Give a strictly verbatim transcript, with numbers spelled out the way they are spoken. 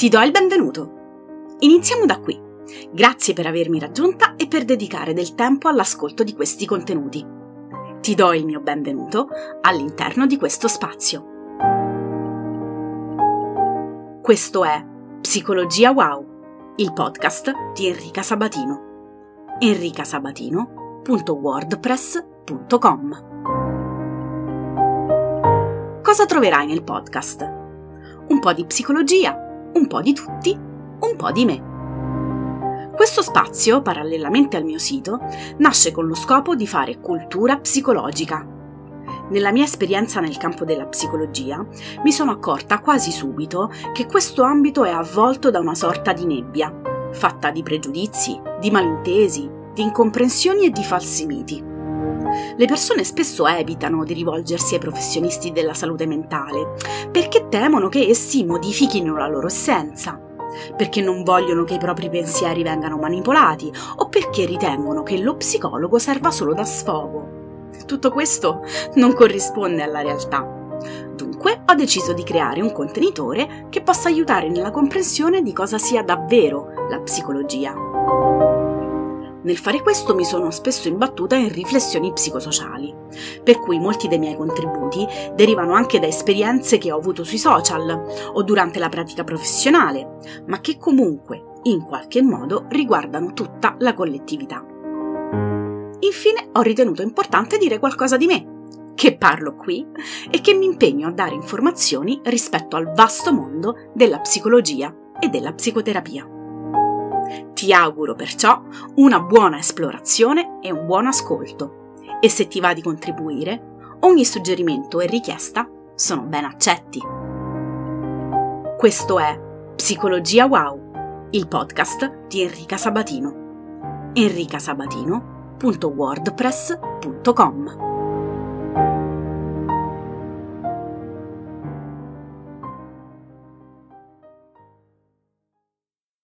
Ti do il benvenuto. Iniziamo da qui. Grazie per avermi raggiunta e per dedicare del tempo all'ascolto di questi contenuti. Ti do il mio benvenuto all'interno di questo spazio. Questo è Psicologia Wow, il podcast di Enrica Sabatino. enricasabatino punto wordpress punto com. Cosa troverai nel podcast? Un po' di psicologia, un po' di tutti, un po' di me. Questo spazio, parallelamente al mio sito, nasce con lo scopo di fare cultura psicologica. Nella mia esperienza nel campo della psicologia, mi sono accorta quasi subito che questo ambito è avvolto da una sorta di nebbia, fatta di pregiudizi, di malintesi, di incomprensioni e di falsi miti. Le persone spesso evitano di rivolgersi ai professionisti della salute mentale perché temono che essi modifichino la loro essenza, perché non vogliono che i propri pensieri vengano manipolati o perché ritengono che lo psicologo serva solo da sfogo. Tutto questo non corrisponde alla realtà. Dunque ho deciso di creare un contenitore che possa aiutare nella comprensione di cosa sia davvero la psicologia. Nel fare questo mi sono spesso imbattuta in riflessioni psicosociali, per cui molti dei miei contributi derivano anche da esperienze che ho avuto sui social o durante la pratica professionale, ma che comunque, in qualche modo, riguardano tutta la collettività. Infine, ho ritenuto importante dire qualcosa di me, che parlo qui e che mi impegno a dare informazioni rispetto al vasto mondo della psicologia e della psicoterapia. Ti auguro perciò una buona esplorazione e un buon ascolto e se ti va di contribuire, ogni suggerimento e richiesta sono ben accetti. Questo è Psicologia Wow, il podcast di Enrica Sabatino. enricasabatino punto wordpress punto com.